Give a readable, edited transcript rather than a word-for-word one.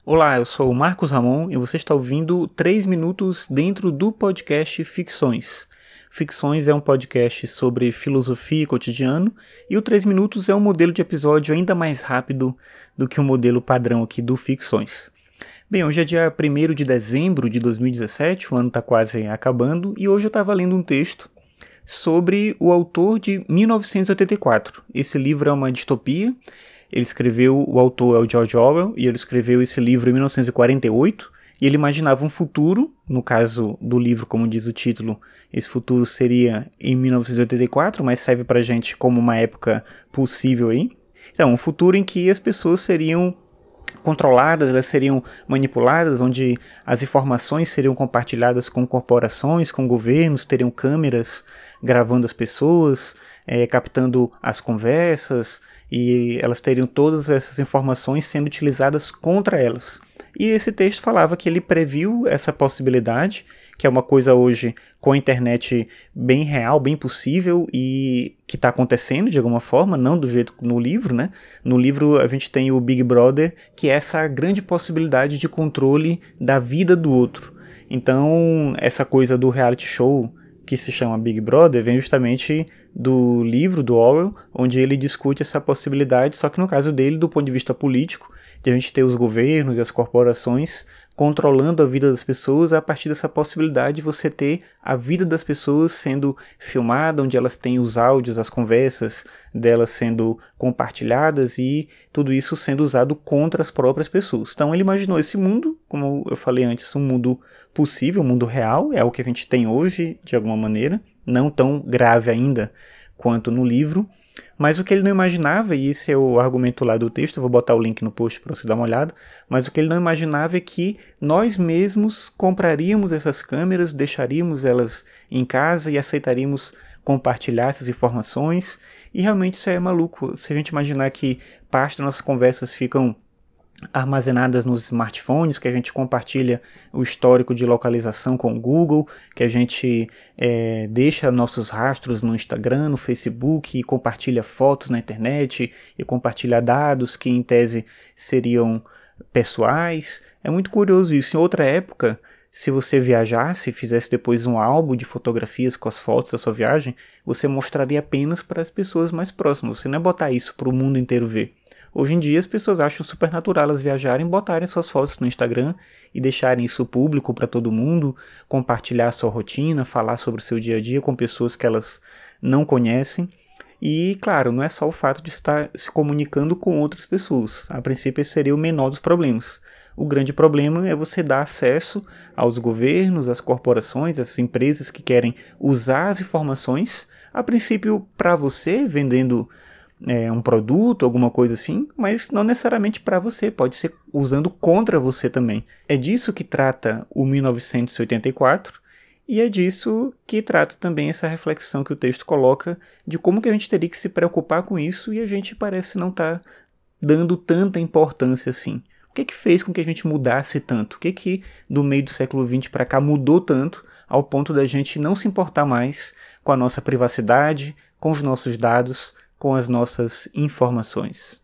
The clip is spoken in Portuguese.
Olá, eu sou o Marcos Ramon e você está ouvindo 3 minutos dentro do podcast Ficções. Ficções é um podcast sobre filosofia e cotidiano e o 3 minutos é um modelo de episódio ainda mais rápido do que o modelo padrão aqui do Ficções. Bem, hoje é dia 1º de dezembro de 2017, o ano está quase acabando e hoje eu estava lendo um texto sobre o autor de 1984. Esse livro é uma distopia. O autor é o George Orwell, e ele escreveu esse livro em 1948, e ele imaginava um futuro, no caso do livro, como diz o título, esse futuro seria em 1984, mas serve pra gente como uma época possível aí. Então, um futuro em que as pessoas seriam controladas, elas seriam manipuladas, onde as informações seriam compartilhadas com corporações, com governos, teriam câmeras gravando as pessoas, captando as conversas, e elas teriam todas essas informações sendo utilizadas contra elas. E esse texto falava que ele previu essa possibilidade, que é uma coisa hoje com a internet bem real, bem possível e que está acontecendo de alguma forma, não do jeito no livro, né? No livro a gente tem o Big Brother, que é essa grande possibilidade de controle da vida do outro. Então, essa coisa do reality show que se chama Big Brother vem justamente do livro do Orwell, onde ele discute essa possibilidade, só que no caso dele, do ponto de vista político, de a gente ter os governos e as corporações controlando a vida das pessoas a partir dessa possibilidade de você ter a vida das pessoas sendo filmada, onde elas têm os áudios, as conversas delas sendo compartilhadas e tudo isso sendo usado contra as próprias pessoas. Então ele imaginou esse mundo, como eu falei antes, um mundo possível, um mundo real, é o que a gente tem hoje de alguma maneira, não tão grave ainda quanto no livro, mas o que ele não imaginava, e esse é o argumento lá do texto, eu vou botar o link no post para você dar uma olhada, mas o que ele não imaginava é que nós mesmos compraríamos essas câmeras, deixaríamos elas em casa e aceitaríamos compartilhar essas informações, e realmente isso é maluco. Se a gente imaginar que parte das nossas conversas ficam armazenadas nos smartphones, que a gente compartilha o histórico de localização com o Google, que a gente deixa nossos rastros no Instagram, no Facebook, e compartilha fotos na internet, e compartilha dados que em tese seriam pessoais. É muito curioso isso. Em outra época, se você viajasse e fizesse depois um álbum de fotografias com as fotos da sua viagem, você mostraria apenas para as pessoas mais próximas, você não ia botar isso para o mundo inteiro ver. Hoje em dia as pessoas acham super natural elas viajarem, botarem suas fotos no Instagram e deixarem isso público para todo mundo, compartilhar a sua rotina, falar sobre o seu dia a dia com pessoas que elas não conhecem. E, claro, não é só o fato de estar se comunicando com outras pessoas. A princípio esse seria o menor dos problemas. O grande problema é você dar acesso aos governos, às corporações, às empresas que querem usar as informações, a princípio para você, vendendo um produto, alguma coisa assim, mas não necessariamente para você, pode ser usando contra você também. É disso que trata o 1984 e é disso que trata também essa reflexão que o texto coloca de como que a gente teria que se preocupar com isso e a gente parece não estar dando tanta importância assim. O que fez com que a gente mudasse tanto? O que do meio do século XX para cá mudou tanto ao ponto da gente não se importar mais com a nossa privacidade, com os nossos dados, com as nossas informações?